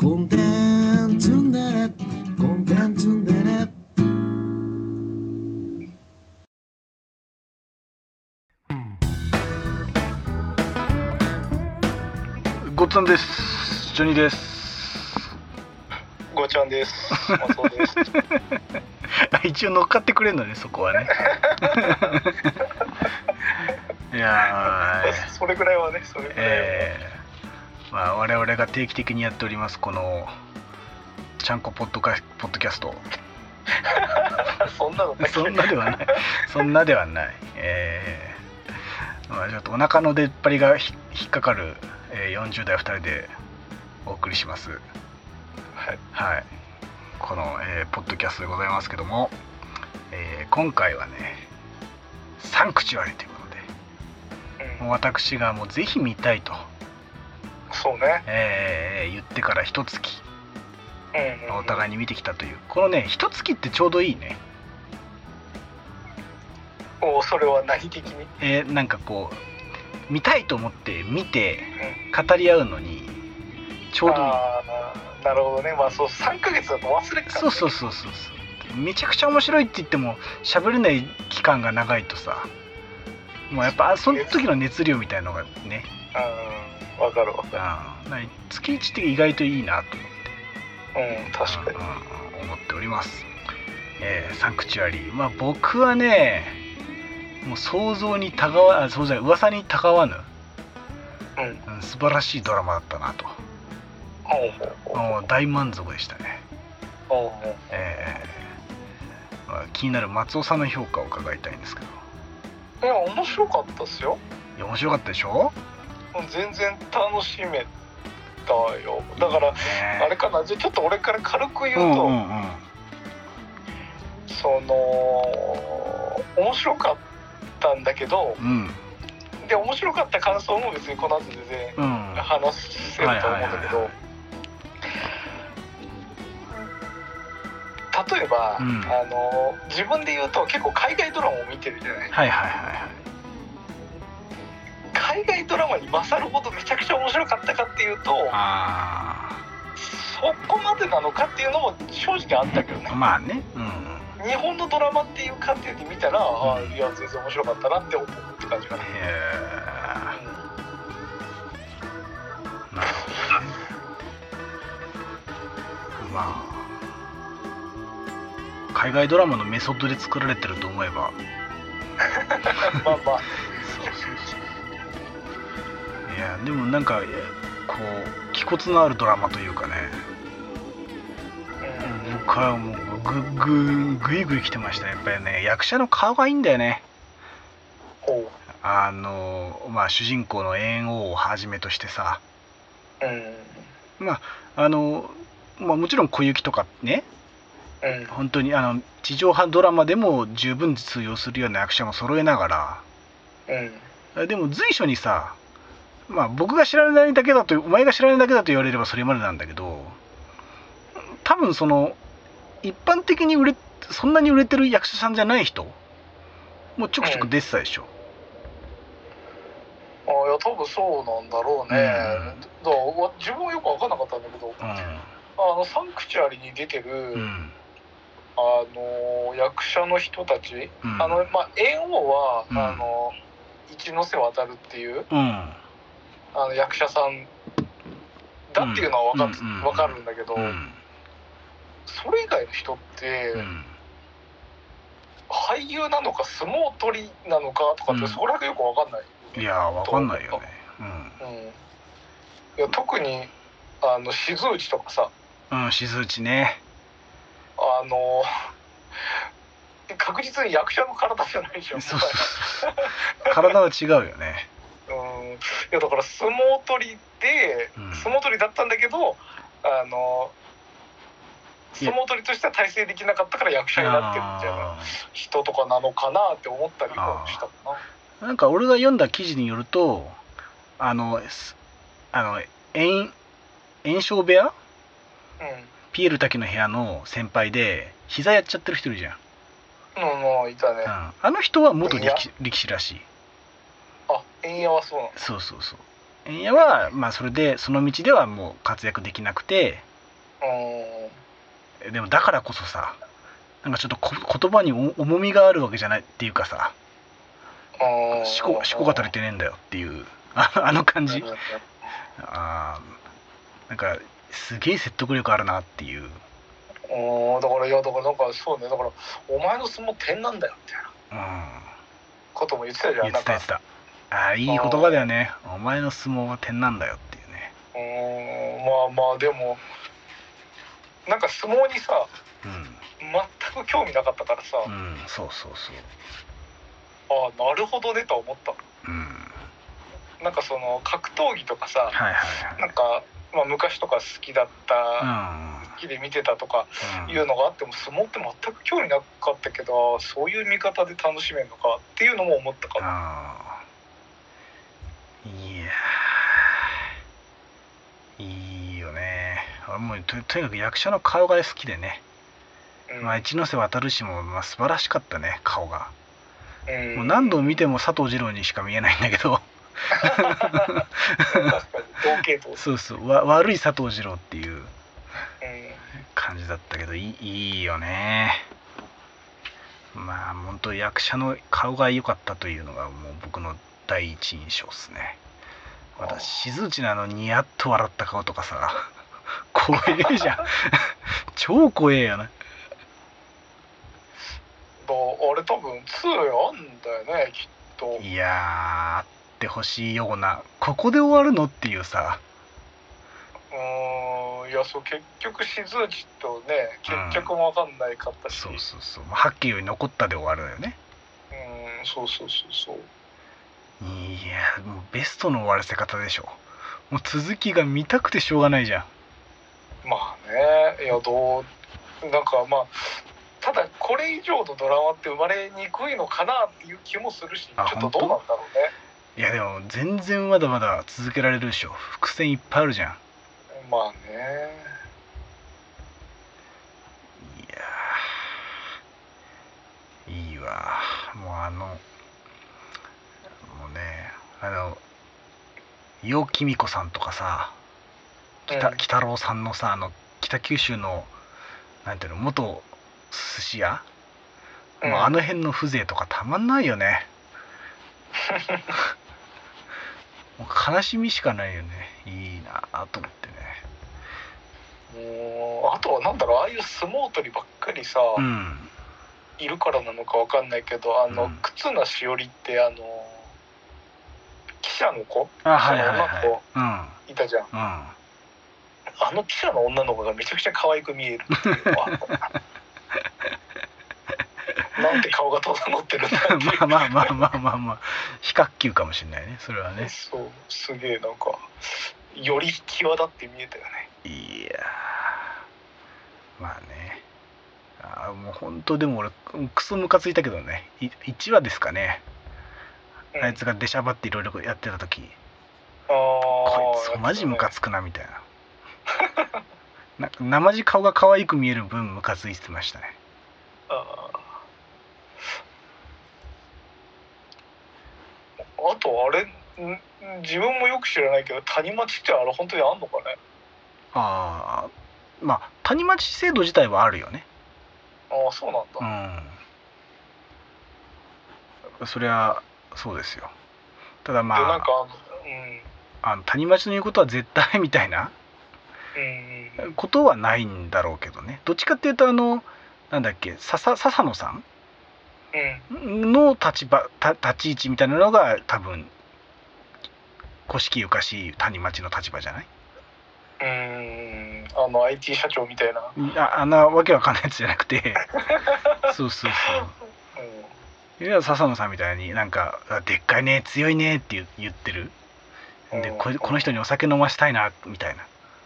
コンテンツンデレコンテンツンデレごっつんです。ジョニーです。 ごちゃんです。マソです。 一応乗っかってくれるのね、そこはね。いやそれぐらいはね、それぐらいは、 我々が定期的にやっておりますこのちゃんこポッドキャスト。 そんなのだっけ？ そんなではない。そんなではない。ちょっとお腹の出っ張りが引っかかる、40代2人でお送りします。 はい。 はい。この、ポッドキャストでございますけども、今回はね、サンクチュアリということで、もう私がもうぜひ見たいと。 そうね。 言ってから一月、お互いに見てきたという。このね、一月ってちょうどいいね。 それは何的に？ なんかこう見たいと思って見て語り合うのにちょうどいい。 なるほどね。まあそう3ヶ月だと忘れっから、ね。 そうめちゃくちゃ面白いって言っても喋れない期間が長いとさ、もうやっぱその時の熱量みたいなのがね。 わかるわかる。月1って意外といいなと思って。 確かに。 思っております。サンクチュアリ。まあ僕はね、もう噂にたがわぬ、素晴らしいドラマだったなと。もう大満足でしたね。気になる松尾さんの評価を伺いたいんですけど。 いや、面白かったっすよ。 いや、面白かったでしょ？ 全然楽しめたよ。だから、あれかな、じゃあちょっと俺から軽く言うと、面白かったんだけど、で面白かった感想も別にこの後全然話せると思うんだけど、例えば、自分で言うと結構海外ドラマを見てるじゃない。海外ドラマに勝るほどめちゃくちゃ面白かったかっていうと、そこまでなのかっていうのも正直あったけどね。 まあね。 日本のドラマっていう観点で見たら、いや全然面白かったなって思うって感じかな。 なるほどね。まあ海外ドラマのメソッドで作られてると思えばまあいやでもなんかこう気骨のあるドラマというかね、僕はもうグイグイ来てましたね。やっぱりね、役者の顔がいいんだよね。まあ主人公の猿翁をはじめとしてさ、まあもちろん小雪とかね、本当に地上波ドラマでも十分通用するような役者も揃えながら、でも随所にさ、まあ僕が知らないだけだと、お前が知らないだけだと言われればそれまでなんだけど、多分その一般的にそんなに売れてる役者さんじゃない人もうちょくちょく出てたでしょ。 いや多分そうなんだろうね。だから自分はよく分かんなかったんだけど、サンクチュアリに出てる、役者の人たち、猿翁は、一ノ瀬渡るっていう、役者さんだっていうのは分かるんだけど、それ以外の人って、俳優なのか相撲取りなのかとかって、そこら辺よく分かんない。 いや分かんないよね。 いや特に静内とかさ、 静内ね、 確実に役者の体じゃないでしょ。 体は違うよね。 いやだから相撲取りで、相撲取りだったんだけど、相撲取りとしては体制できなかったから役者になってるみたいな人とかなのかなって思ったりもしたかな。 なんか俺が読んだ記事によると、炎症部屋、ピエール滝の部屋の先輩で膝やっちゃってる人いるじゃん。 いたね。 あの人は元力士らしい。 円谷はそうなの。 そう円谷はまあそれでその道ではもう活躍できなくて、 でもだからこそさ、なんかちょっと言葉に重みがあるわけじゃないっていうかさ、思考が足りてねえんだよっていうあの感じ、なんかすげえ説得力あるなっていう。 だからなんかそうね、だからお前の相撲点なんだよみたいなことも言ってたじゃん。 言ってた。いい言葉だよね。お前の相撲は点なんだよっていうね。 まあでもなんか相撲にさ、全く興味なかったからさ、 そうなるほどねと思った。なんかその格闘技とかさ、なんか、昔とか好きだった、好きで見てたとかいうのがあっても、相撲って全く興味なかったけど、そういう見方で楽しめるのかっていうのも思ったから。いやいいよね。もう とにかく役者の顔が好きでね、一ノ瀬渡氏も素晴らしかったね、顔が。もう何度見ても佐藤二朗にしか見えないんだけどそう悪い佐藤二郎っていう感じだったけど、いいよね。本当役者の顔が良かったというのがもう僕の第一印象ですね。私静内のニヤッと笑った顔とかさ、怖えじゃん超怖えやな。 あれ多分2あんだよね、きっと。 いやあってほしいような、ここで終わるのっていうさ。 いや、そう、結局静内とね、結局も分かんないかったし、 そう八景より残ったで終わるよね。 そういや、もうベストの終わらせ方でしょ。もう続きが見たくてしょうがないじゃん。 まあね、いや、なんかただこれ以上のドラマって生まれにくいのかなっていう気もするし、ちょっとどうなんだろうね。 いやでも全然まだまだ続けられるでしょ。伏線いっぱいあるじゃん。 まあね。 いいわ。もうね、楊貴美子さんとかさ、鬼太郎さんのさ、北九州のなんていうの、元寿司屋、もうあの辺の風情とかたまんないよねもう悲しみしかないよね。いいなと思ってね。 あとはなんだろう、ああいう相撲取りばっかりさ、いるからなのかわかんないけど、忽那しおりって記者の子、女の子いたじゃん。あの記者の女の子がめちゃくちゃ可愛く見えるっていうのはなんて顔が整ってるんだっていう。 まあ非角球かもしれないね、それはね。 そう、すげえなんかより際立って見えたよね。 いやまあね、もう本当でも俺クソムカついたけどね、1話ですかね、あいつが出しゃばっていろいろやってた時、こいつマジムカつくなみたいな生地顔が可愛く見える分ムカついてましたね。 あとあれ、自分もよく知らないけど、谷町ってあれ本当にあんのかね。 まあ谷町制度自体はあるよね。 そうなんだ。そりゃそうですよ。ただなんか谷町の言うことは絶対みたいなことはないんだろうけどね。どっちかっていうとなんだっけ、笹野さんの立ち位置みたいなのが多分古式ゆかしい谷町の立場じゃない？ IT 社長みたいな。 あんなわけわかんないやつじゃなくてそういや笹野さんみたいになんかでっかいね強いねって言ってるで、この人にお酒飲ましたいなみたい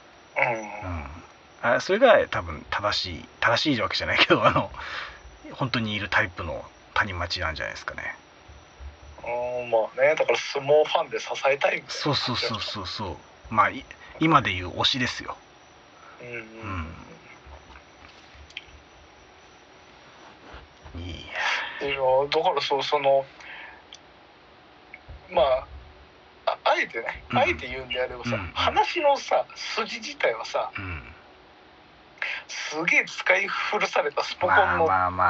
な、それが多分正しいわけじゃないけど本当にいるタイプの谷町なんじゃないですかね。 まあね、だから相撲ファンで支えたいみたいな。 そうまあ今でいう推しですよ。 だからまああえてね、あえて言うんであればさ、話のさ筋自体はさ、 すげえ使い古されたスポコンの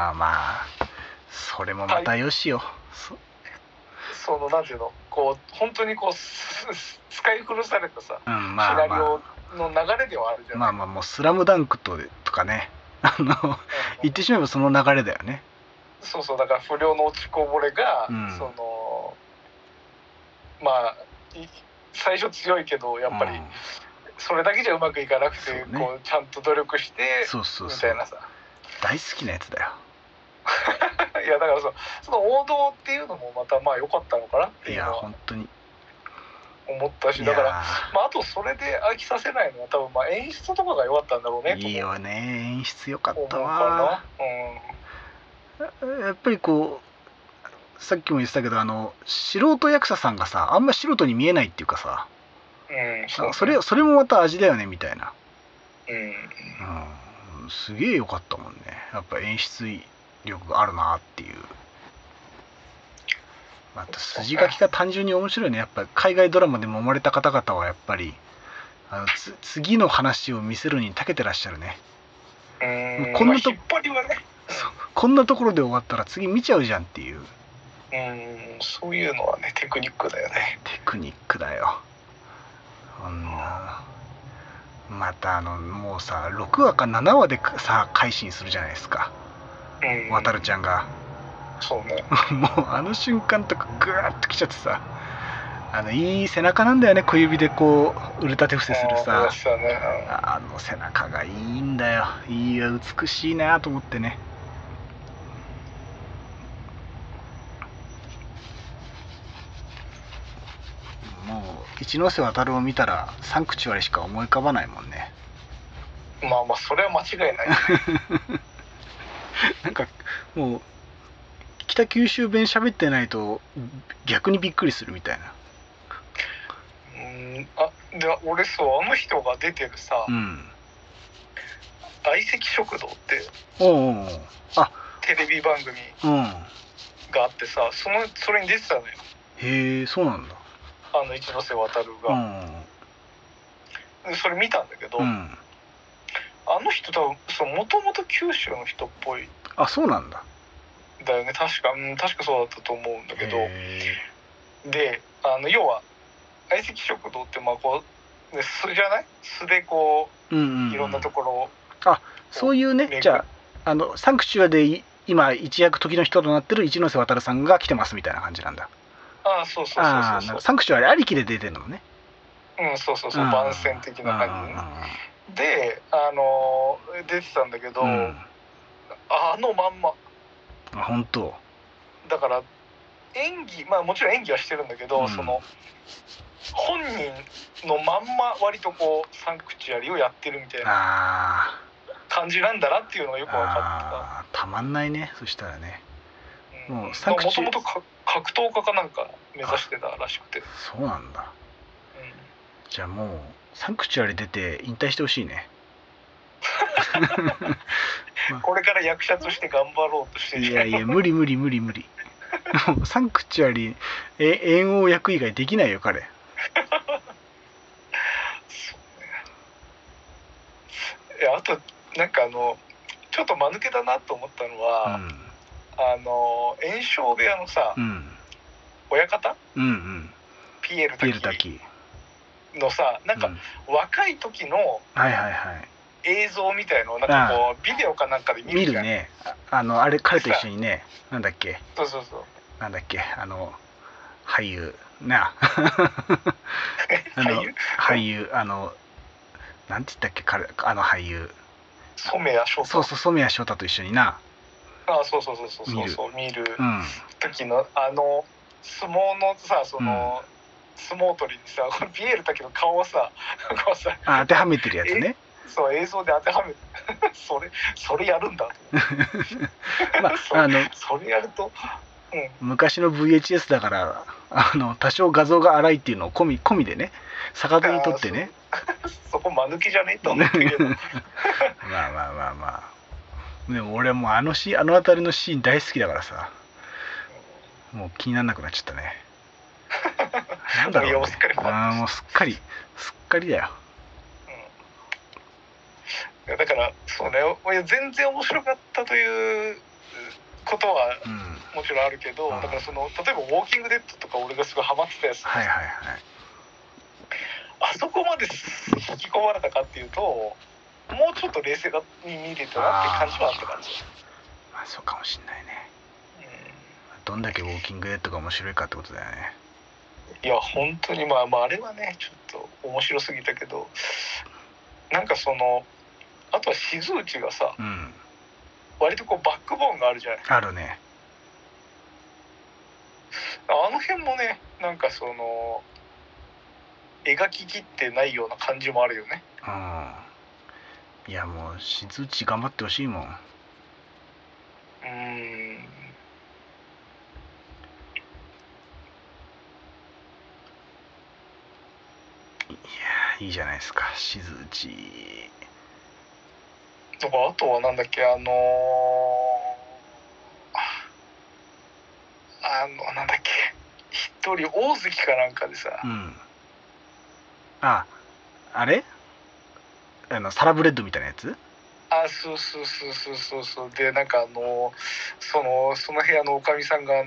それもまたよしよ。 そのなんていうのこう本当にこう使い古されたさ、シナリオの流れではあるじゃない。 もうスラムダンクとかね言ってしまえばその流れだよね。 そうだから不良の落ちこぼれが、そのまあ最初強いけどやっぱりそれだけじゃうまくいかなくて、こうちゃんと努力してみたいなさ、 大好きなやつだよ。 いやだからその王道っていうのもまたまあ良かったのかなっていうのは本当に思ったし、だからあとそれで飽きさせないのは多分演出とかが良かったんだろうね。 いいよね、演出良かったわ。やっぱりこうさっきも言ってたけど素人役者さんがさあんま素人に見えないっていうかさ、それもまた味だよねみたいな。すげえ良かったもんね。やっぱ演出力があるなっていう。また筋書きが単純に面白いね。やっぱり海外ドラマでも生まれた方々はやっぱり次の話を見せるに長けてらっしゃるね。こんなところで終わったら次見ちゃうじゃんっていう。 そういうのはねテクニックだよね。 テクニックだよ。またもうさ6話か7話でさ改心するじゃないですか、渡ちゃんが。 そうねもうあの瞬間とかグーッときちゃってさ、いい背中なんだよね。小指でこう腕立て伏せするさ、あの背中がいいんだよ。いいや美しいなと思ってね。もう一ノ瀬渡を見たらサンクチュアリしか思い浮かばないもんね。 まあそれは間違いないなんかもう北九州弁喋ってないと逆にびっくりするみたいな。 で俺あの人が出てるさ、相席食堂ってテレビ番組があってさ、それに出てたのよ。 へえ、そうなんだ。 一ノ瀬渡が、それ見たんだけど、あの人多分もともと九州の人っぽい。 そうなんだ。 だよね、確かそうだったと思うんだけど、で要は相席食堂ってこう素じゃない？素でこう、いろんなところをそういうね。じゃあサンクチュアで今一躍時の人となってる一ノ瀬渡さんが来てますみたいな感じなんだ。 そうサンクチュアリありきで出てるのね。 番宣的な感じで出てたんだけど、まんま。 本当。 だから演技もちろん演技はしてるんだけど、その本人のまんま割とこうサンクチュアリをやってるみたいな感じなんだなっていうのがよく分かった。 たまんないね。そしたらね、 もともと格闘家かなんか目指してたらしくて。 そうなんだ。じゃあもうサンクチュアリ出て引退してほしいね。 これから役者として頑張ろうとしてる。 いや無理。サンクチュアリ猿翁役以外できないよ彼。 あとなんかちょっと間抜けだなと思ったのは、炎症部屋のさ、親方、ピエール滝のさ、なんか若い時の映像みたいのをなんかこうビデオかなんかで見るじゃん。 見るね。あれ彼と一緒にね、なんだっけ。なんだっけ俳優な俳優なんて言ったっけ彼俳優。 染谷翔太。 染谷翔太と一緒にな。 そう見る時の相撲のさ相撲取りにさピエール滝の顔をさこうさ当てはめてるやつね。 そう映像で当てはめてそれやるんだそれやると、 昔の VHS だから多少画像が荒いっていうのを込みでね逆手に取ってね。 そこ間抜きじゃねえと思ってるけどまあでも俺はもうあの辺りのシーン大好きだからさ、もう気にならなくなっちゃったね。なんだろうね。もうすっかりだよ。 だからそうね、全然面白かったということはもちろんあるけど、だから例えば「ウォーキングデッド」とか俺がすごいハマってたやつ、 はいはいはい、 あそこまで引き込まれたかっていうと、もうちょっと冷静に見れたなって感じはあった感じ。 まあそうかもしんないね、どんだけウォーキングデッドが面白いかってことだよね。 いや本当にまああれはねちょっと面白すぎたけど、なんかあとは静内がさ、割とこうバックボーンがあるじゃない。 あるね。 あの辺もね、なんか描ききってないような感じもあるよね。 いやもう静内頑張ってほしいもん。いやいいじゃないですか静内。 とかあとはなんだっけ、なんだっけ、一人大関かなんかでさ、 あれサラブレッドみたいなやつ。 そうで、なんかその部屋のおかみさんが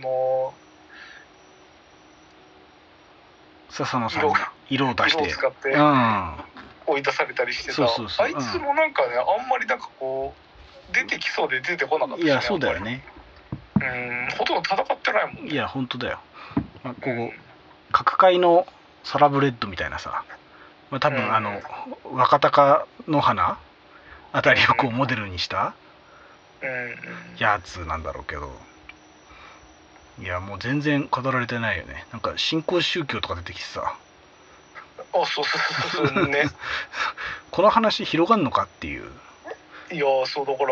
笹野さんに色を出して色を使って追い出されたりしてさ、あいつもなんかね、あんまりなんかこう出てきそうで出てこなかったしね。 いやそうだよね。 ほとんど戦ってないもんね。 いや本当だよ。こう各界のサラブレッドみたいなさ、多分若鷹の花あたりをこうモデルにしたやつなんだろうけど、いやもう全然語られてないよね。なんか新興宗教とか出てきてさ、 そうねこの話広がんのかっていう。 いやそうだから、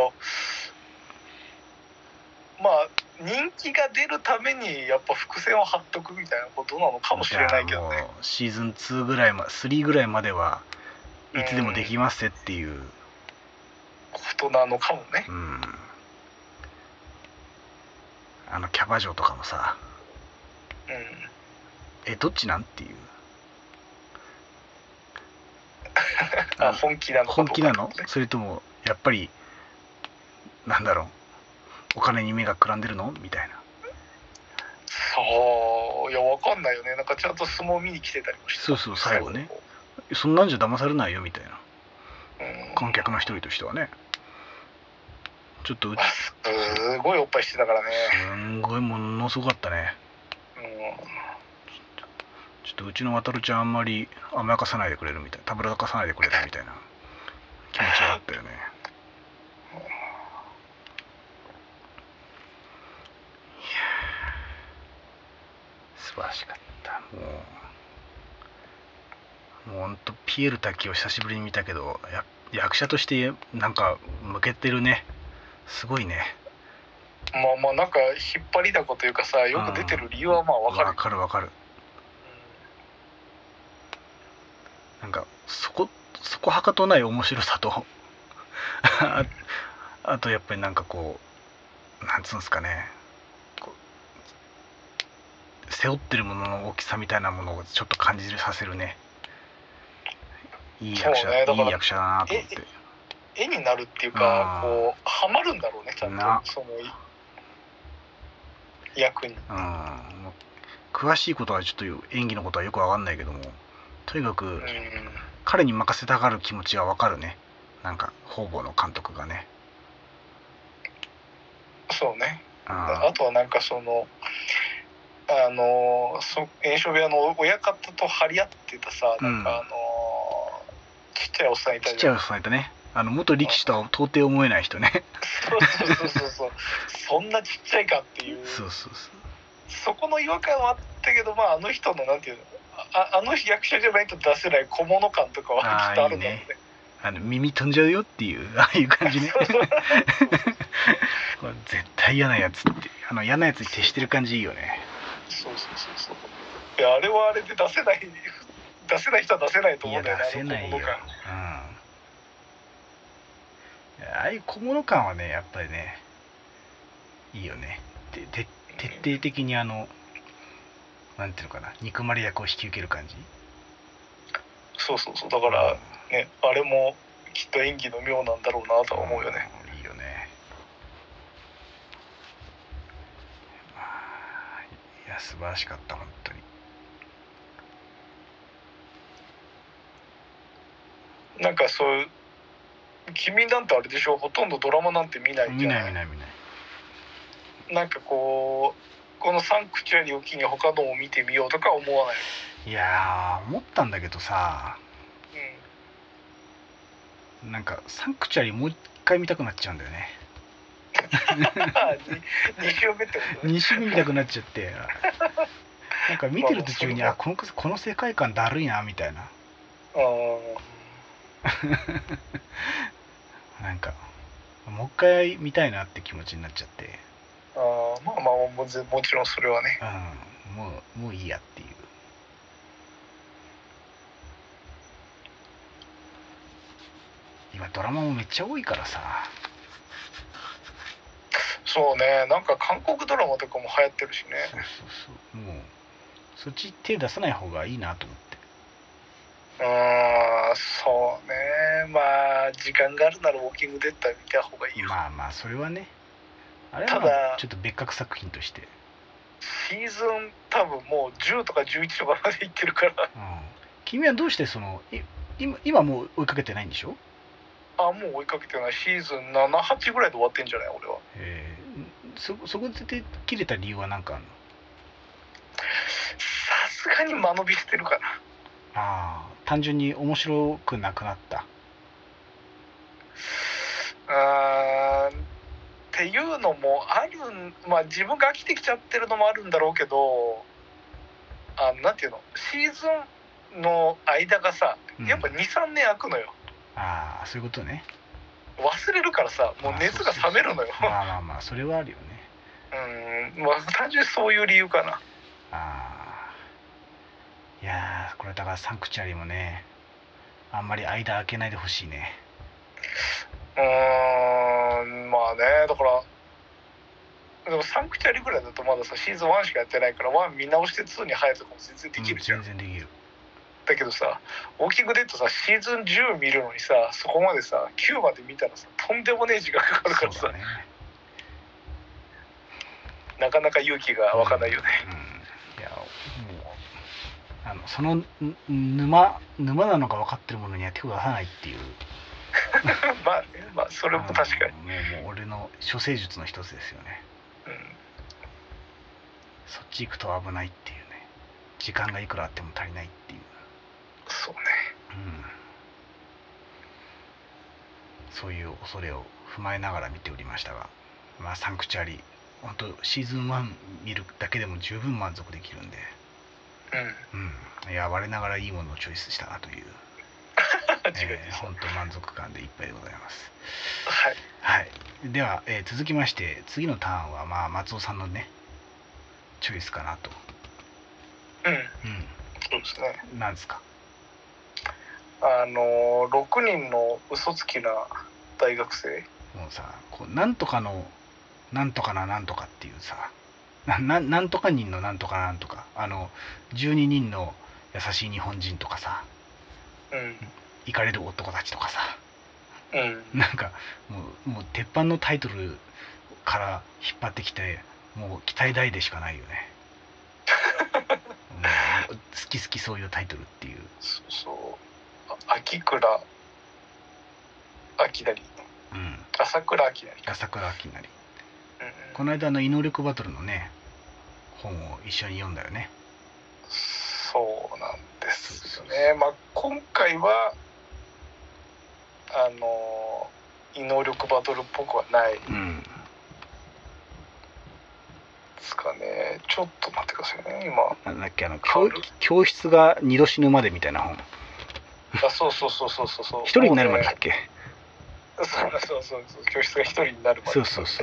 まあ人気が出るためにやっぱ伏線を張っとくみたいなことなのかもしれないけどね。 シーズン2ぐらい3ぐらいまではいつでもできますっていうことなのかもね。 キャバ嬢とかもさ、どっちなんっていう本気なのかどうか、 本気なの、それともやっぱりなんだろう、お金に目がくらんでるのみたいな。 いやわかんないよね。なんかちゃんと相撲見に来てたりもして、 そう最後ね、そんなんじゃ騙されないよみたいな、観客の一人としてはね。ちょっとすごいおっぱいしてたからね。 すんごいものすごかったね。ちょっとうちの渡ちゃんあんまり甘やかさないでくれるみたいな、たぶらかさないでくれるみたいな気持ちがあったよね。素晴らしかった。もうほんとピエール滝を久しぶりに見たけど、役者としてなんか向けてるね。すごいね。 まあなんか引っ張りだこというかさ、よく出てる理由はまあわかる。 わかる。なんかそこはかとない面白さとあとやっぱりなんかこうなんつうんですかね、背負ってるものの大きさみたいなものをちょっと感じさせるね。いい役者だなと思って。 絵になるっていうか、こうハマるんだろうね、ちゃんとその役に。 詳しいことはちょっと演技のことはよくわかんないけども、とにかく彼に任せたがる気持ちはわかるね。なんか方々の監督がね。 そうね。あとはなんか演唱部屋の親方と張り合ってたさ、なんかちっちゃいおっさんいたじゃん。 ちっちゃいおっさんいたね。元力士とは到底思えない人ね。 そうそんなちっちゃいかっていう。そこの違和感はあったけど、まああの人のなんていうの、あの役者じゃないと出せない小物感とかはきっとあるんだろうね。 耳飛んじゃうよっていうああいう感じね。絶対嫌なやつって、嫌なやつに徹してる感じいいよね。 そういやあれはあれで出せない人は出せないと思うんだよね。 出せないよ。ああいう小物感はねやっぱりねいいよね。徹底的になんていうのかな、憎まれ役を引き受ける感じ。 そうだからね、あれもきっと演技の妙なんだろうなとは思うよね。 いいよね。いや素晴らしかった本当に。 なんかそういう君なんてあれでしょ、ほとんどドラマなんて見ないんじゃない？ 見ない。 なんかこのサンクチュアリを機に他のを見てみようとか思わない？ いや思ったんだけどさ、なんかサンクチュアリもう一回見たくなっちゃうんだよね。 2週目ってことね。 2週目見たくなっちゃってなんか見てる途中にこの世界観だるいなみたいななんかもう一回見たいなって気持ちになっちゃって、 まあもちろんそれはね、 もういいやっていう。今ドラマもめっちゃ多いからさ。 そうね、なんか韓国ドラマとかも流行ってるしね。 そうもうそっち手出さない方がいいなと思って。 そうね、まあ時間があるならウォーキングデッドは見た方がいいよ。 まあそれはね、あれはちょっと別格作品としてシーズン多分もう10とか11とかまでいってるから、 君はどうして今もう追いかけてないんでしょ？ もう追いかけてない。シーズン7、8ぐらいで終わってんじゃない俺は。 そこで切れた理由は何かあるの？ さすがに間延びしてるかな。単純に面白くなくなった。 っていうのもある。まあ自分が飽きてきちゃってるのもあるんだろうけど、なんていうの、シーズンの間がさ、やっぱ 2,3 年空くのよ。 そういうことね。 忘れるからさ、もう熱が冷めるのよ。 まあそれはあるよね。単純にそういう理由かな。 いやこれだからサンクチュアリもね、あんまり間空けないでほしいね。 まあね、だからでもサンクチュアリぐらいだとまださシーズン1しかやってないから1見直して2に入るとかも全然できるじゃん。 全然できる。 だけどさ、ウォーキングデッドさシーズン10見るのにさ、そこまでさ9まで見たらさとんでもねえ時間かかるからさ、なかなか勇気が湧かないよね。 いやもうその沼なのか分かってるものには手を出さないっていうまあそれも確かにもう俺の処世術の一つですよね。そっち行くと危ないっていうね。時間がいくらあっても足りないっていう。 そうね。 そういう恐れを踏まえながら見ておりましたが、サンクチュアリ本当シーズン1見るだけでも十分満足できるんで、いや我ながらいいものをチョイスしたなという本当満足感でいっぱいでございます。はい、では、続きまして次のターンは松尾さんのねチョイスかなと。 そうですね。 なんですか ？6人の嘘つきな大学生。 もうさ、なんとかのなんとかななんとかっていうさ、なんとか人のなんとかなんとか、12人の優しい日本人とかさ、イカれる男たちとかさ、なんかもう鉄板のタイトルから引っ張ってきて、もう期待大でしかないよね。好きそういうタイトルっていう。 秋倉明成、朝倉明成。 この間異能力バトルのね本を一緒に読んだよね。 そうなんですよね。今回は異能力バトルっぽくはないですかね。ちょっと待ってくださいね。今なんだっけ、教室が二度死ぬまでみたいな本。 そう一人になるまでだっけ。 そう教室が一人になるまで。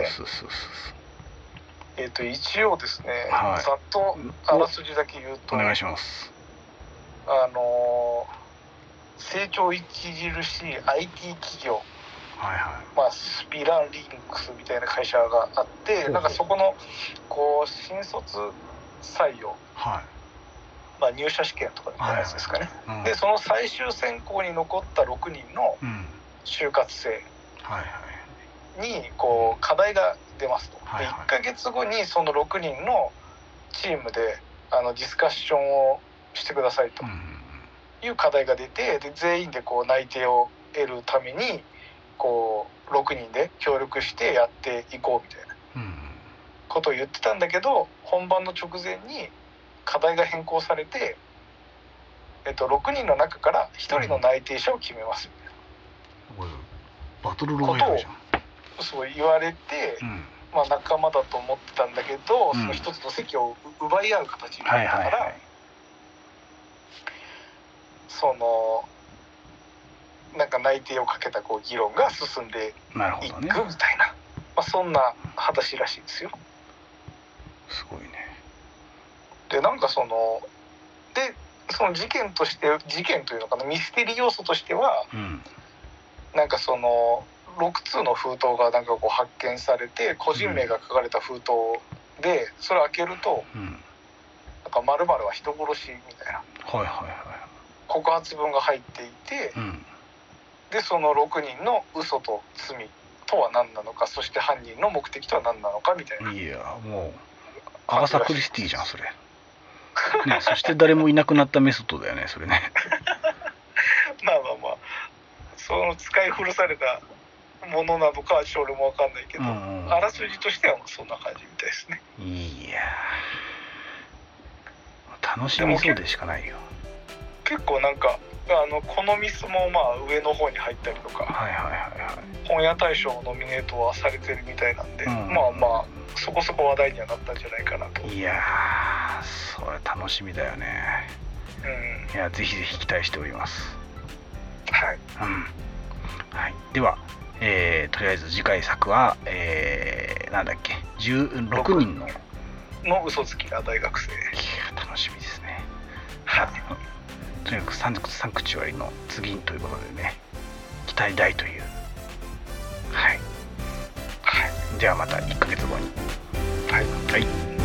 一応ですね、ざっとあらすじだけ言うと、 お願いします。 成長著しい IT 企業、スピラリンクスみたいな会社があって、なんかそこの新卒採用、入社試験とかみたいなやつですかね。でその最終選考に残った6人の就活生にこう課題が出ますと。で1ヶ月後にその6人のチームでディスカッションをしてくださいという課題が出て、で全員でこう内定を得るためにこう6人で協力してやっていこうみたいなことを言ってたんだけど、本番の直前に課題が変更されて、6人の中から1人の内定者を決めますみたいなバトルロワイヤルじゃんそう言われて、まあ、仲間だと思ってたんだけど、その一つの席を奪い合う形になったから、そのなんか内定をかけたこう議論が進んでいくみたいな、まあ、そんな話らしいですよ。 すごいね。 でなんかその事件というのかな、ミステリー要素としては、なんかその6通の封筒がなんかこう発見されて、個人名が書かれた封筒で、それを開けると、なんか〇〇は人殺しみたいな告発文が入っていて、でその6人の嘘と罪とは何なのか、そして犯人の目的とは何なのかみたいな。 いやもうアガサ・クリスティじゃんそれね。そして誰もいなくなったメソッドだよねそれねまあその使い古されたものなのかは俺も分かんないけど、あらすじとしてはそんな感じみたいですね。 いや楽しみそうでしかないよ。 結構なんかこのミスもまあ上の方に入ったりとか、本屋大賞ノミネートはされてるみたいなんで、まあそこそこ話題にはなったんじゃないかなと。 いやそれ楽しみだよね。いやぜひぜひ期待しております。では、とりあえず次回作は、なんだっけ16人の嘘つきな大学生。 楽しみですね。とにかくサンクチュアリの次ということでね、期待大という。ではまた1ヶ月後に。